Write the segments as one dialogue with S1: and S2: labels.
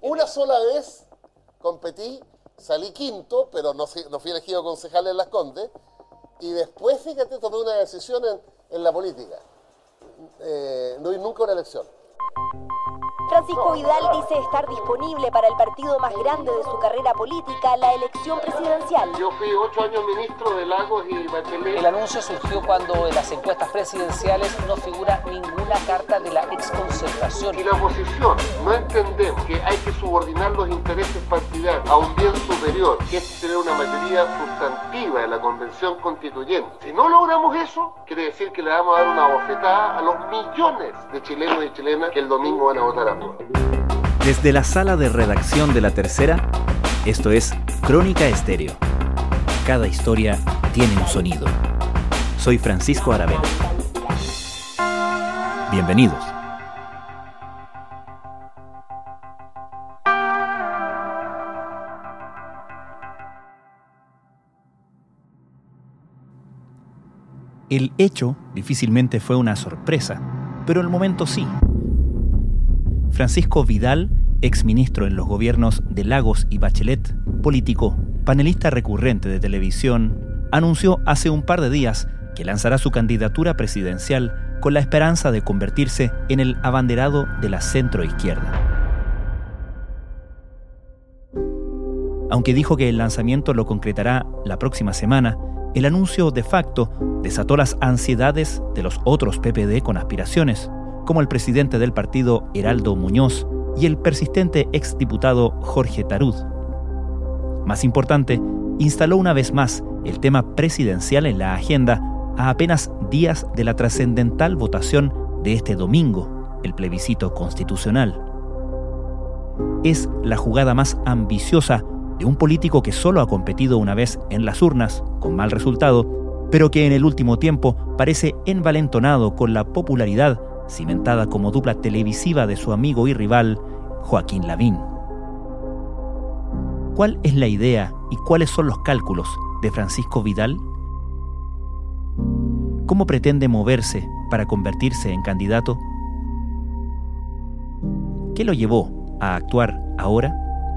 S1: una sola vez competí, salí quinto, pero no fui elegido concejal en Las Condes, y después, fíjate, tomé una decisión en la política. No ir nunca a una elección.
S2: Francisco Vidal dice estar disponible para el partido más grande de su carrera política, la elección presidencial.
S1: Yo fui 8 años ministro de Lagos y Bachelet.
S3: El anuncio surgió cuando en las encuestas presidenciales no figura ninguna carta de la exconcertación.
S1: Y la oposición no entendemos que hay que subordinar los intereses partidarios a un bien superior, que es tener una mayoría sustantiva en la Convención Constituyente. Si no logramos eso, quiere decir que le vamos a dar una bofetada a los millones de chilenos y chilenas que el domingo van a votar a favor.
S4: Desde la sala de redacción de La Tercera, esto es Crónica Estéreo. Cada historia tiene un sonido. Soy Francisco Aravena. Bienvenidos. El hecho difícilmente fue una sorpresa, pero el momento sí. Francisco Vidal, exministro en los gobiernos de Lagos y Bachelet, político, panelista recurrente de televisión, anunció hace un par de días que lanzará su candidatura presidencial con la esperanza de convertirse en el abanderado de la centroizquierda. Aunque dijo que el lanzamiento lo concretará la próxima semana, el anuncio de facto desató las ansiedades de los otros PPD con aspiraciones, como el presidente del partido Heraldo Muñoz y el persistente exdiputado Jorge Tarud. Más importante, instaló una vez más el tema presidencial en la agenda a apenas días de la trascendental votación de este domingo, el plebiscito constitucional. Es la jugada más ambiciosa de un político que solo ha competido una vez en las urnas, con mal resultado, pero que en el último tiempo parece envalentonado con la popularidad cimentada como dupla televisiva de su amigo y rival, Joaquín Lavín. ¿Cuál es la idea y cuáles son los cálculos de Francisco Vidal? ¿Cómo pretende moverse para convertirse en candidato? ¿Qué lo llevó a actuar ahora?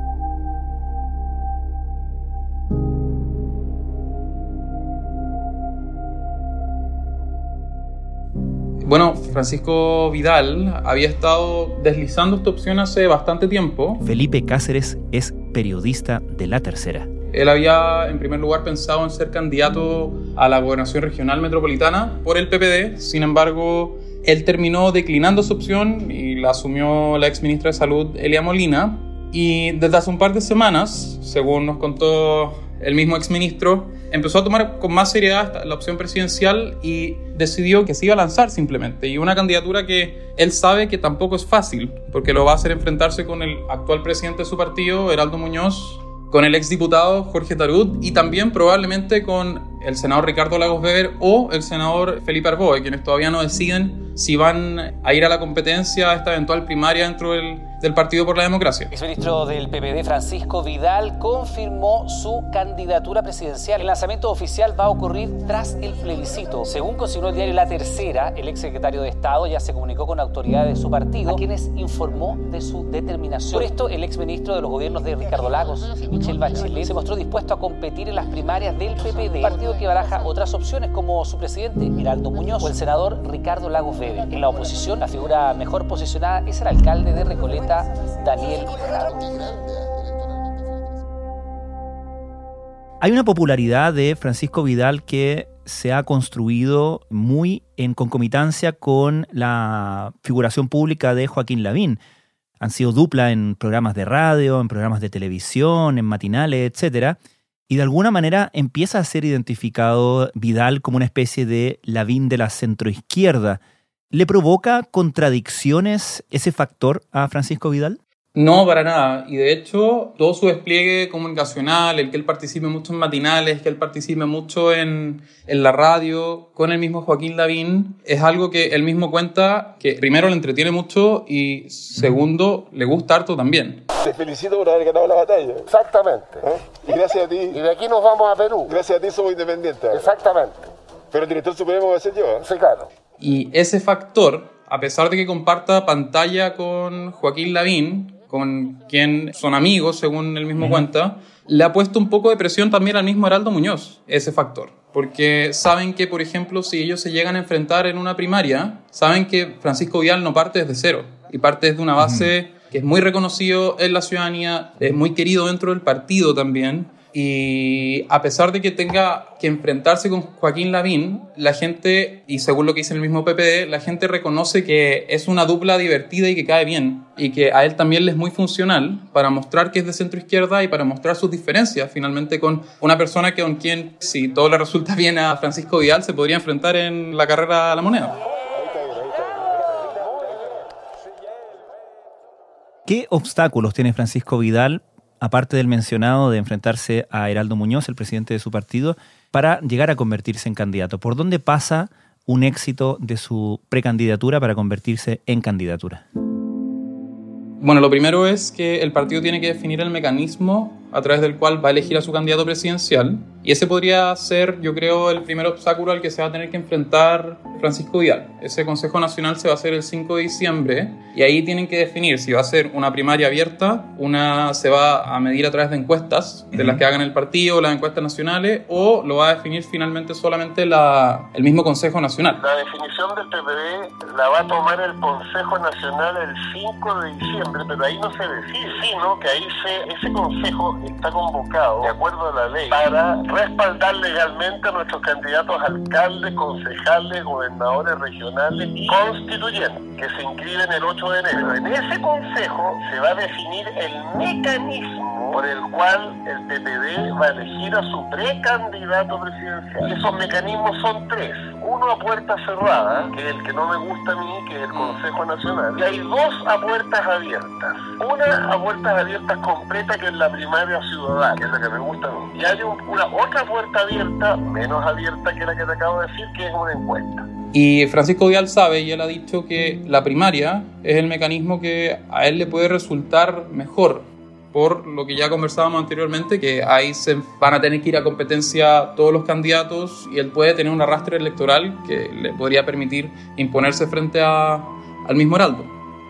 S5: Bueno, Francisco Vidal había estado deslizando esta opción hace bastante tiempo.
S4: Felipe Cáceres es periodista de La Tercera.
S5: Él había, en primer lugar, pensado en ser candidato a la gobernación regional metropolitana por el PPD. Sin embargo, él terminó declinando su opción y la asumió la exministra de Salud, Elia Molina. Y desde hace un par de semanas, según nos contó el mismo exministro, empezó a tomar con más seriedad la opción presidencial y decidió que se iba a lanzar simplemente. Y una candidatura que él sabe que tampoco es fácil, porque lo va a hacer enfrentarse con el actual presidente de su partido, Heraldo Muñoz, con el exdiputado Jorge Tarud y también probablemente con el senador Ricardo Lagos Weber o el senador Felipe Arboe, quienes todavía no deciden si van a ir a la competencia a esta eventual primaria dentro del Partido por la Democracia.
S3: El exministro del PPD, Francisco Vidal, confirmó su candidatura presidencial. El lanzamiento oficial va a ocurrir tras el plebiscito. Según consignó el diario La Tercera, el exsecretario de Estado ya se comunicó con autoridades de su partido, a quienes informó de su determinación. Por esto, el exministro de los gobiernos de Ricardo Lagos y Michelle Bachelet se mostró dispuesto a competir en las primarias del PPD, partido que baraja otras opciones como su presidente, Heraldo Muñoz, o el senador Ricardo Lagos Weber. En la oposición, la figura mejor posicionada es el alcalde de Recoleta, Daniel Jadwe.
S4: Hay una popularidad de Francisco Vidal que se ha construido muy en concomitancia con la figuración pública de Joaquín Lavín. Han sido dupla en programas de radio, en programas de televisión, en matinales, etc. Y de alguna manera empieza a ser identificado Vidal como una especie de Lavín de la centroizquierda. ¿Le provoca contradicciones ese factor a Francisco Vidal?
S5: No, para nada. Y de hecho, todo su despliegue comunicacional, el que él participe mucho en matinales, que él participe mucho en la radio, con el mismo Joaquín Lavín, es algo que él mismo cuenta que primero le entretiene mucho y segundo, le gusta harto también.
S6: Te felicito por haber ganado la batalla.
S1: Exactamente.
S6: Y gracias a ti.
S1: Y de aquí nos vamos a Perú.
S6: Gracias a ti somos independientes.
S1: Exactamente.
S6: Pero el director supremo va a ser yo, ¿eh?
S1: Sí, claro.
S5: Y ese factor, a pesar de que comparta pantalla con Joaquín Lavín, con quien son amigos, según él mismo cuenta, le ha puesto un poco de presión también al mismo Heraldo Muñoz, ese factor. Porque saben que, por ejemplo, si ellos se llegan a enfrentar en una primaria, saben que Francisco Vidal no parte desde cero y parte desde una base que es muy reconocido en la ciudadanía, es muy querido dentro del partido también. Y a pesar de que tenga que enfrentarse con Joaquín Lavín, la gente, y según lo que dice el mismo PPD, la gente reconoce que es una dupla divertida y que cae bien, y que a él también le es muy funcional para mostrar que es de centro izquierda y para mostrar sus diferencias finalmente con una persona con quien, si todo le resulta bien a Francisco Vidal, se podría enfrentar en la carrera a la moneda.
S4: ¿Qué obstáculos tiene Francisco Vidal, aparte del mencionado de enfrentarse a Heraldo Muñoz, el presidente de su partido, para llegar a convertirse en candidato? ¿Por dónde pasa un éxito de su precandidatura para convertirse en candidatura?
S5: Bueno, lo primero es que el partido tiene que definir el mecanismo a través del cual va a elegir a su candidato presidencial. Y ese podría ser, yo creo, el primer obstáculo al que se va a tener que enfrentar Francisco Vidal. Ese Consejo Nacional se va a hacer el 5 de diciembre y ahí tienen que definir si va a ser una primaria abierta, una se va a medir a través de encuestas, de las que hagan el partido, las encuestas nacionales, o lo va a definir finalmente solamente el mismo Consejo Nacional.
S1: La definición del PPD la va a tomar el Consejo Nacional el 5 de diciembre, pero ahí no se decide, sino que ahí ese Consejo está convocado, de acuerdo a la ley, para respaldar legalmente a nuestros candidatos a alcaldes, concejales, gobernadores regionales y constituyentes, que se inscriben el 8 de enero. En ese consejo se va a definir el mecanismo por el cual el PPD va a elegir a su precandidato presidencial. Y esos mecanismos son tres. Uno a puerta cerrada, que es el que no me gusta a mí, que es el Consejo Nacional. Y hay dos a puertas abiertas. Una a puertas abiertas completa, que es la primaria ciudadana, que es la que me gusta a mí. Y hay una otra puerta abierta, menos abierta que la que te acabo de decir, que es una encuesta.
S5: Y Francisco Vidal sabe, y él ha dicho que la primaria es el mecanismo que a él le puede resultar mejor, por lo que ya conversábamos anteriormente, que ahí se van a tener que ir a competencia todos los candidatos y él puede tener un arrastre electoral que le podría permitir imponerse frente al mismo Heraldo.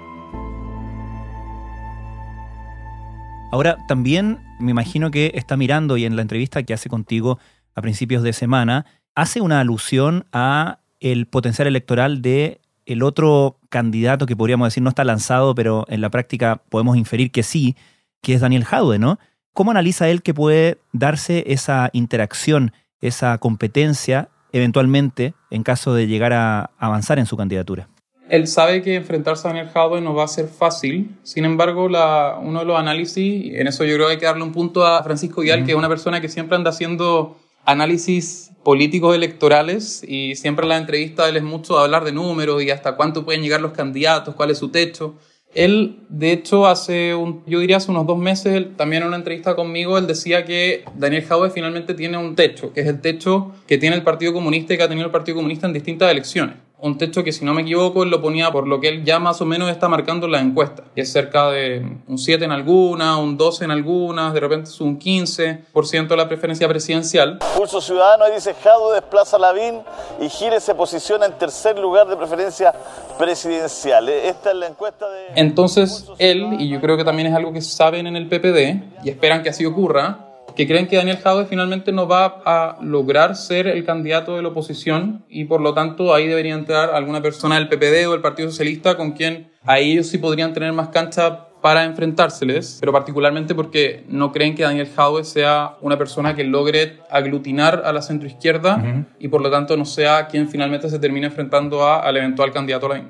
S4: Ahora, también me imagino que está mirando, y en la entrevista que hace contigo a principios de semana, hace una alusión a el potencial electoral de el otro candidato que podríamos decir no está lanzado, pero en la práctica podemos inferir que sí, que es Daniel Jadue, ¿no? ¿Cómo analiza él que puede darse esa interacción, esa competencia, eventualmente, en caso de llegar a avanzar en su candidatura?
S5: Él sabe que enfrentarse a Daniel Jadue no va a ser fácil. Sin embargo, uno de los análisis, en eso yo creo que hay que darle un punto a Francisco Vidal, que es una persona que siempre anda haciendo análisis políticos electorales y siempre en las entrevistas él es mucho de hablar de números y hasta cuánto pueden llegar los candidatos, cuál es su techo. Él, de hecho, hace unos 2 meses, él, también en una entrevista conmigo, él decía que Daniel Jadue finalmente tiene un techo, que es el techo que tiene el Partido Comunista y que ha tenido el Partido Comunista en distintas elecciones. Un techo que, si no me equivoco, él lo ponía por lo que él ya más o menos está marcando en las encuestas, que es cerca de un 7 en algunas, un 12 en algunas, de repente es un 15% de la preferencia presidencial.
S7: Pulso Ciudadano dice Jadue desplaza a Lavín y Giles se posiciona en tercer lugar de preferencia presidencial. Esta es la encuesta de...
S5: Entonces él, y yo creo que también es algo que saben en el PPD y esperan que así ocurra, que creen que Daniel Jadue finalmente no va a lograr ser el candidato de la oposición y por lo tanto ahí debería entrar alguna persona del PPD o del Partido Socialista con quien ahí ellos sí podrían tener más cancha para enfrentárseles, pero particularmente porque no creen que Daniel Jadue sea una persona que logre aglutinar a la centroizquierda y por lo tanto no sea quien finalmente se termine enfrentando al eventual candidato Lavín.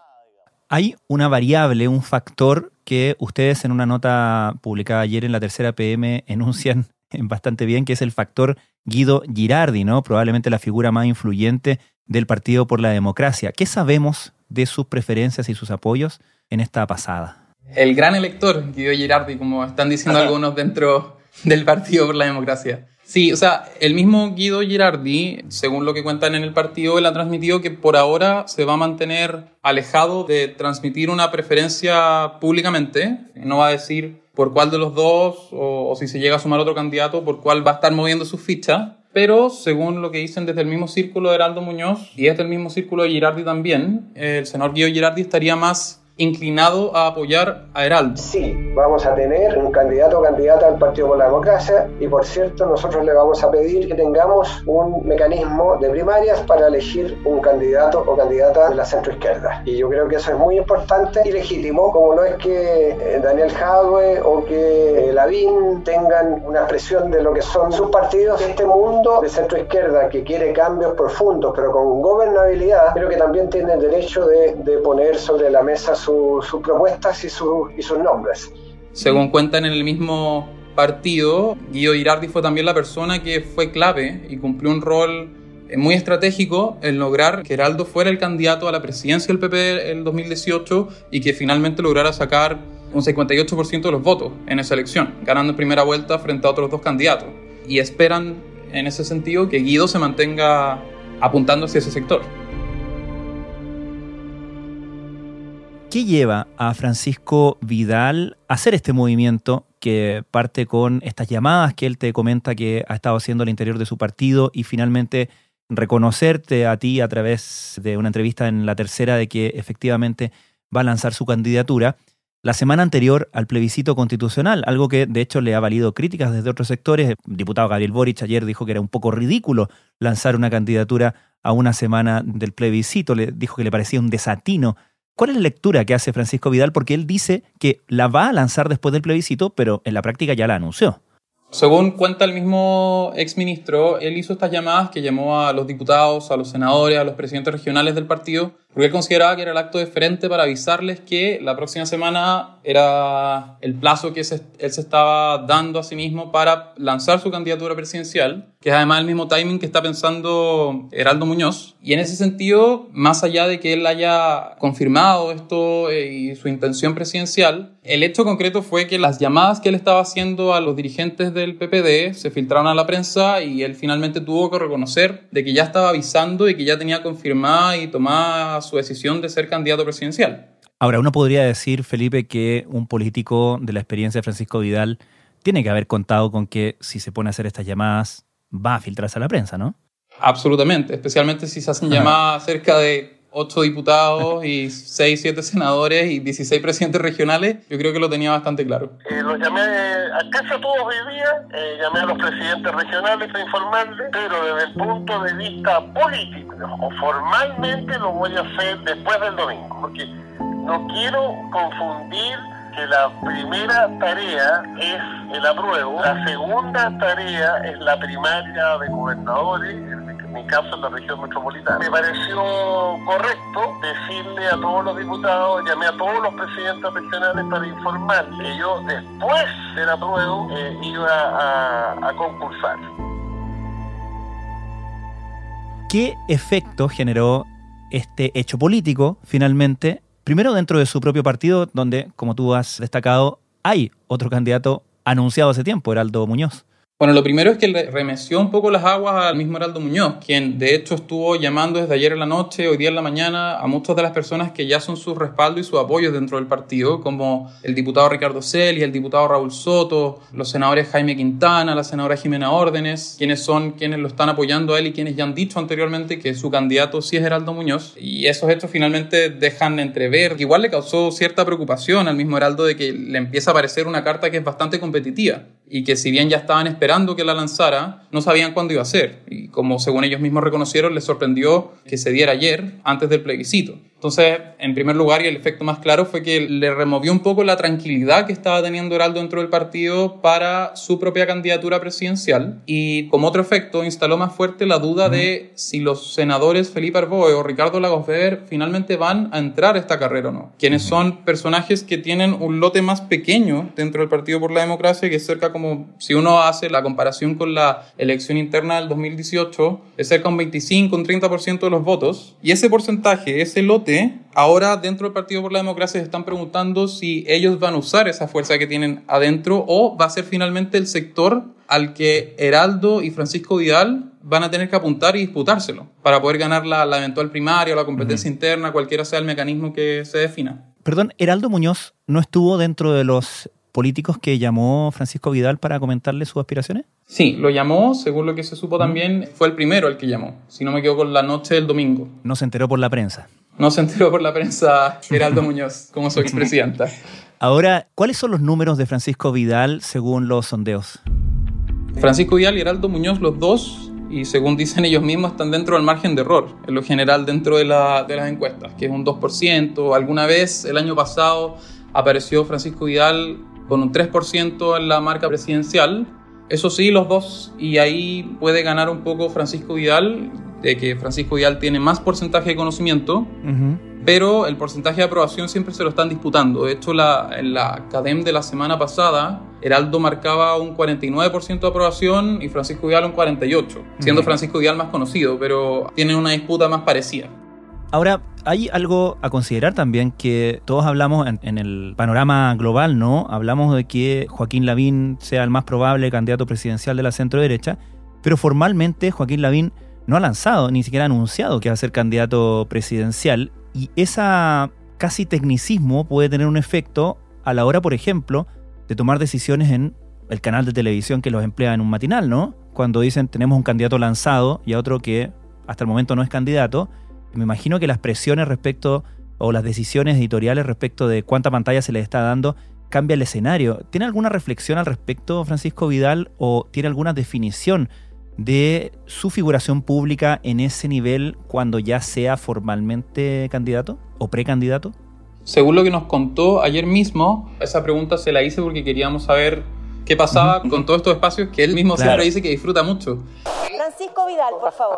S4: Hay una variable, un factor que ustedes en una nota publicada ayer en La Tercera PM enuncian bastante bien, que es el factor Guido Girardi, ¿no? Probablemente la figura más influyente del Partido por la Democracia. ¿Qué sabemos de sus preferencias y sus apoyos en esta pasada?
S5: El gran elector Guido Girardi, como están diciendo algunos dentro del Partido por la Democracia. Sí, o sea, el mismo Guido Girardi, según lo que cuentan en el partido, él ha transmitido que por ahora se va a mantener alejado de transmitir una preferencia públicamente. No va a decir por cuál de los dos, o si se llega a sumar otro candidato, por cuál va a estar moviendo sus fichas. Pero según lo que dicen desde el mismo círculo de Heraldo Muñoz y desde el mismo círculo de Girardi también, el senador Guido Girardi estaría más inclinado a apoyar a Heraldo.
S8: Sí, vamos a tener un candidato o candidata del Partido por la Democracia y, por cierto, nosotros le vamos a pedir que tengamos un mecanismo de primarias para elegir un candidato o candidata de la centroizquierda. Y yo creo que eso es muy importante y legítimo, como no es que Daniel Jadwe o que Lavín tengan una expresión de lo que son sus partidos. Este mundo de centroizquierda que quiere cambios profundos, pero con gobernabilidad, creo que también tiene el derecho de poner sobre la mesa sus propuestas y sus nombres.
S5: Según cuentan en el mismo partido, Guido Girardi fue también la persona que fue clave y cumplió un rol muy estratégico en lograr que Heraldo fuera el candidato a la presidencia del PP en el 2018 y que finalmente lograra sacar un 58% de los votos en esa elección, ganando en primera vuelta frente a otros dos candidatos. Y esperan, en ese sentido, que Guido se mantenga apuntando hacia ese sector.
S4: ¿Qué lleva a Francisco Vidal a hacer este movimiento que parte con estas llamadas que él te comenta que ha estado haciendo al interior de su partido y finalmente reconocerte a ti a través de una entrevista en La Tercera de que efectivamente va a lanzar su candidatura la semana anterior al plebiscito constitucional, algo que de hecho le ha valido críticas desde otros sectores? El diputado Gabriel Boric ayer dijo que era un poco ridículo lanzar una candidatura a una semana del plebiscito, le dijo que le parecía un desatino. ¿Cuál es la lectura que hace Francisco Vidal? Porque él dice que la va a lanzar después del plebiscito, pero en la práctica ya la anunció.
S5: Según cuenta el mismo exministro, él hizo estas llamadas que llamó a los diputados, a los senadores, a los presidentes regionales del partido, porque él consideraba que era el acto de frente para avisarles que la próxima semana era el plazo que él se estaba dando a sí mismo para lanzar su candidatura presidencial, que es además el mismo timing que está pensando Heraldo Muñoz. Y en ese sentido, más allá de que él haya confirmado esto y su intención presidencial, el hecho concreto fue que las llamadas que él estaba haciendo a los dirigentes del PPD se filtraron a la prensa y él finalmente tuvo que reconocer de que ya estaba avisando y que ya tenía confirmada y tomada su decisión de ser candidato presidencial.
S4: Ahora, uno podría decir, Felipe, que un político de la experiencia de Francisco Vidal tiene que haber contado con que si se pone a hacer estas llamadas va a filtrarse a la prensa, ¿no?
S5: Absolutamente, especialmente si se hacen llamadas cerca de 8 diputados y 6, 7 senadores y 16 presidentes regionales. Yo creo que lo tenía bastante claro.
S1: Los llamé a casi a todos hoy día, llamé a los presidentes regionales para informarles, pero desde el punto de vista político o formalmente lo voy a hacer después del domingo, porque no quiero confundir que la primera tarea es el apruebo, la segunda tarea es la primaria de gobernadores, en mi caso en la región metropolitana. Me pareció correcto decirle a todos los diputados, llamé a todos los presidentes regionales para informarles que yo después del apruebo iba a concursar.
S4: ¿Qué efecto generó este hecho político finalmente? Primero dentro de su propio partido, donde, como tú has destacado, hay otro candidato anunciado hace tiempo, Heraldo Muñoz.
S5: Bueno, lo primero es que le remeció un poco las aguas al mismo Heraldo Muñoz, quien de hecho estuvo llamando desde ayer en la noche, hoy día en la mañana, a muchas de las personas que ya son su respaldo y su apoyo dentro del partido, como el diputado Ricardo Celis, el diputado Raúl Soto, los senadores Jaime Quintana, la senadora Jimena Órdenes, quienes lo están apoyando a él y quienes ya han dicho anteriormente que su candidato sí es Heraldo Muñoz. Y esos hechos finalmente dejan entrever que igual le causó cierta preocupación al mismo Heraldo de que le empieza a parecer una carta que es bastante competitiva y que si bien ya estaban esperando que la lanzara, no sabían cuándo iba a ser. Y como según ellos mismos reconocieron, les sorprendió que se diera ayer, antes del plebiscito. Entonces, en primer lugar, y el efecto más claro fue que le removió un poco la tranquilidad que estaba teniendo Heraldo dentro del partido para su propia candidatura presidencial. Y como otro efecto, instaló más fuerte la duda de si los senadores Felipe Arboe o Ricardo Lagos Weber finalmente van a entrar a esta carrera o no. Quienes son personajes que tienen un lote más pequeño dentro del Partido por la Democracia, que es cerca como, si uno hace la comparación con la elección interna del 2018, es cerca un 25, un 30% de los votos. Y ese porcentaje, ese lote, ahora dentro del Partido por la Democracia se están preguntando si ellos van a usar esa fuerza que tienen adentro o va a ser finalmente el sector al que Heraldo y Francisco Vidal van a tener que apuntar y disputárselo para poder ganar la eventual primaria o la competencia interna, cualquiera sea el mecanismo que se defina.
S4: Perdón, ¿Heraldo Muñoz no estuvo dentro de los políticos que llamó Francisco Vidal para comentarle sus aspiraciones?
S5: Sí, lo llamó, según lo que se supo también, fue el primero el que llamó, si no me equivoco, la noche del domingo.
S4: No se enteró por la prensa.
S5: No se enteró por la prensa Geraldo Muñoz como su expresidenta.
S4: Ahora, ¿cuáles son los números de Francisco Vidal según los sondeos?
S5: Francisco Vidal y Geraldo Muñoz, los dos, y según dicen ellos mismos, están dentro del margen de error, en lo general dentro de las encuestas, que es un 2%. Alguna vez, el año pasado, apareció Francisco Vidal con un 3% en la marca presidencial. Eso sí, los dos, y ahí puede ganar un poco Francisco Vidal, de que Francisco Vidal tiene más porcentaje de conocimiento, pero el porcentaje de aprobación siempre se lo están disputando. De hecho, en la CADEM de la semana pasada, Heraldo marcaba un 49% de aprobación y Francisco Vidal un 48%, siendo Francisco Vidal más conocido, pero tienen una disputa más parecida.
S4: Ahora, hay algo a considerar también, que todos hablamos en el panorama global, ¿no? Hablamos de que Joaquín Lavín sea el más probable candidato presidencial de la centro-derecha, pero formalmente Joaquín Lavín no ha lanzado, ni siquiera ha anunciado que va a ser candidato presidencial, y ese casi tecnicismo puede tener un efecto a la hora, por ejemplo, de tomar decisiones en el canal de televisión que los emplea en un matinal, ¿no? Cuando dicen tenemos un candidato lanzado y a otro que hasta el momento no es candidato, me imagino que las presiones respecto, o las decisiones editoriales respecto de cuánta pantalla se les está dando, cambia el escenario. ¿Tiene alguna reflexión al respecto Francisco Vidal, o tiene alguna definición de su figuración pública en ese nivel cuando ya sea formalmente candidato o precandidato?
S5: Según lo que nos contó ayer mismo, esa pregunta se la hice porque queríamos saber qué pasaba con todos estos espacios que él mismo siempre dice que disfruta mucho.
S2: Francisco Vidal, por favor.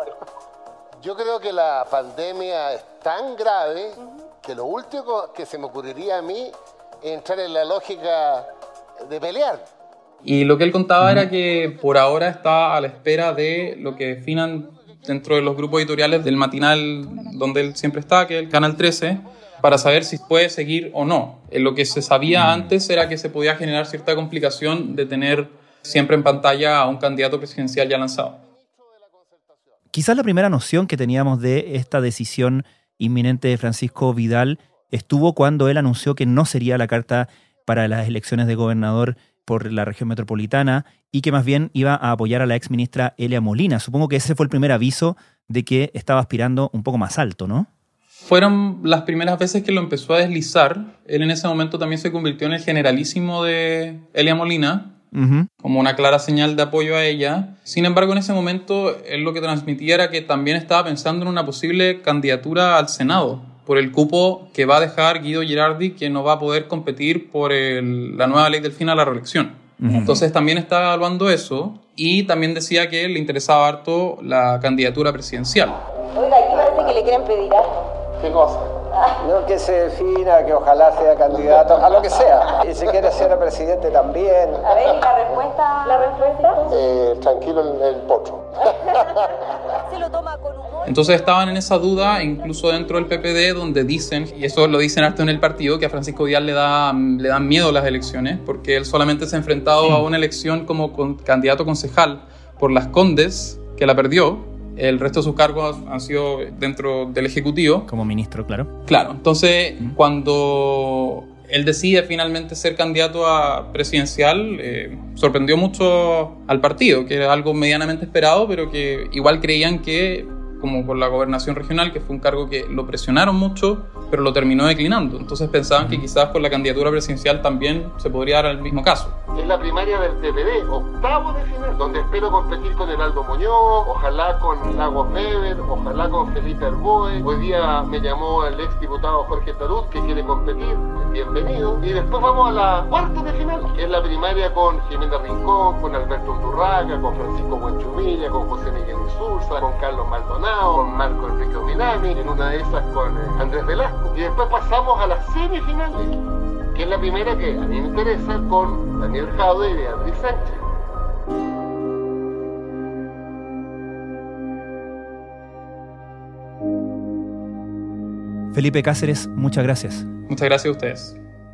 S1: Yo creo que la pandemia es tan grave que lo último que se me ocurriría a mí es entrar en la lógica de pelear.
S5: Y lo que él contaba era que por ahora está a la espera de lo que definan dentro de los grupos editoriales del matinal donde él siempre está, que es el Canal 13, para saber si puede seguir o no. Lo que se sabía antes era que se podía generar cierta complicación de tener siempre en pantalla a un candidato presidencial ya lanzado.
S4: Quizás la primera noción que teníamos de esta decisión inminente de Francisco Vidal estuvo cuando él anunció que no sería la carta para las elecciones de gobernador por la región metropolitana y que más bien iba a apoyar a la exministra Elia Molina. Supongo que ese fue el primer aviso de que estaba aspirando un poco más alto, ¿no?
S5: Fueron las primeras veces que lo empezó a deslizar. Él en ese momento también se convirtió en el generalísimo de Elia Molina, como una clara señal de apoyo a ella. Sin embargo, en ese momento él lo que transmitía era que también estaba pensando en una posible candidatura al Senado por el cupo que va a dejar Guido Girardi, que no va a poder competir por la nueva ley del fin a la reelección. Entonces también estaba evaluando eso, y también decía que le interesaba harto la candidatura presidencial.
S2: Oiga, aquí parece que le quieren pedir algo.
S1: ¿Qué cosa?
S8: No, que se defina, que ojalá sea candidato, a lo que sea. Y si quiere ser presidente también.
S2: A ver, ¿y la respuesta? ¿La respuesta?
S1: Tranquilo el potro.
S2: Se lo toma con humor.
S5: Entonces estaban en esa duda, incluso dentro del PPD, donde dicen, y eso lo dicen harto en el partido, que a Francisco Vidal le dan miedo las elecciones, porque él solamente se ha enfrentado a una elección como candidato concejal por Las Condes, que la perdió. El resto de sus cargos han sido dentro del Ejecutivo.
S4: Como ministro, claro.
S5: Claro, entonces cuando él decide finalmente ser candidato a presidencial, sorprendió mucho al partido, que era algo medianamente esperado, pero que igual creían que, como por la gobernación regional, que fue un cargo que lo presionaron mucho, pero lo terminó declinando. Entonces pensaban que quizás por la candidatura presidencial también se podría dar el mismo caso.
S1: Es la primaria del PPD, octavo de final, donde espero competir con Heraldo Muñoz, ojalá con Lagos Weber, ojalá con Felipe Arboe. Hoy día me llamó el exdiputado Jorge Tarut, que quiere competir, bienvenido. Y después vamos a la cuarta de final, que es la primaria con Jimena Rincón, con Alberto Undurraga, con Francisco Buenchumilla, con José Miguel Insulza, con Carlos Maldonado, con Marco Enrique Ominami, en una de esas con Andrés Velasco. Y después pasamos a las semifinales, que es la primera que a mí me interesa, con Daniel Jadwe y Beatriz Sánchez.
S4: Felipe Cáceres, muchas gracias.
S5: Muchas gracias a ustedes.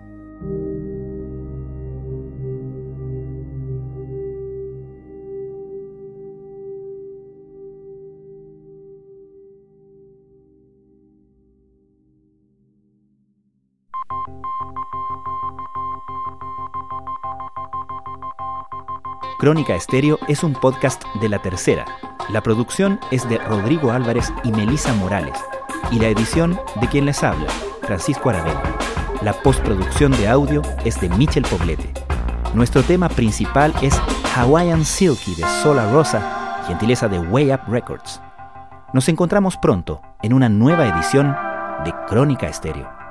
S4: Crónica Estéreo es un podcast de La Tercera. La producción es de Rodrigo Álvarez y Melissa Morales. y la edición de quien les habla, Francisco Aravena. La postproducción de audio es de Michel Poblete. Nuestro tema principal es Hawaiian Silky de Sola Rosa, gentileza de Way Up Records. Nos encontramos pronto en una nueva edición de Crónica Estéreo.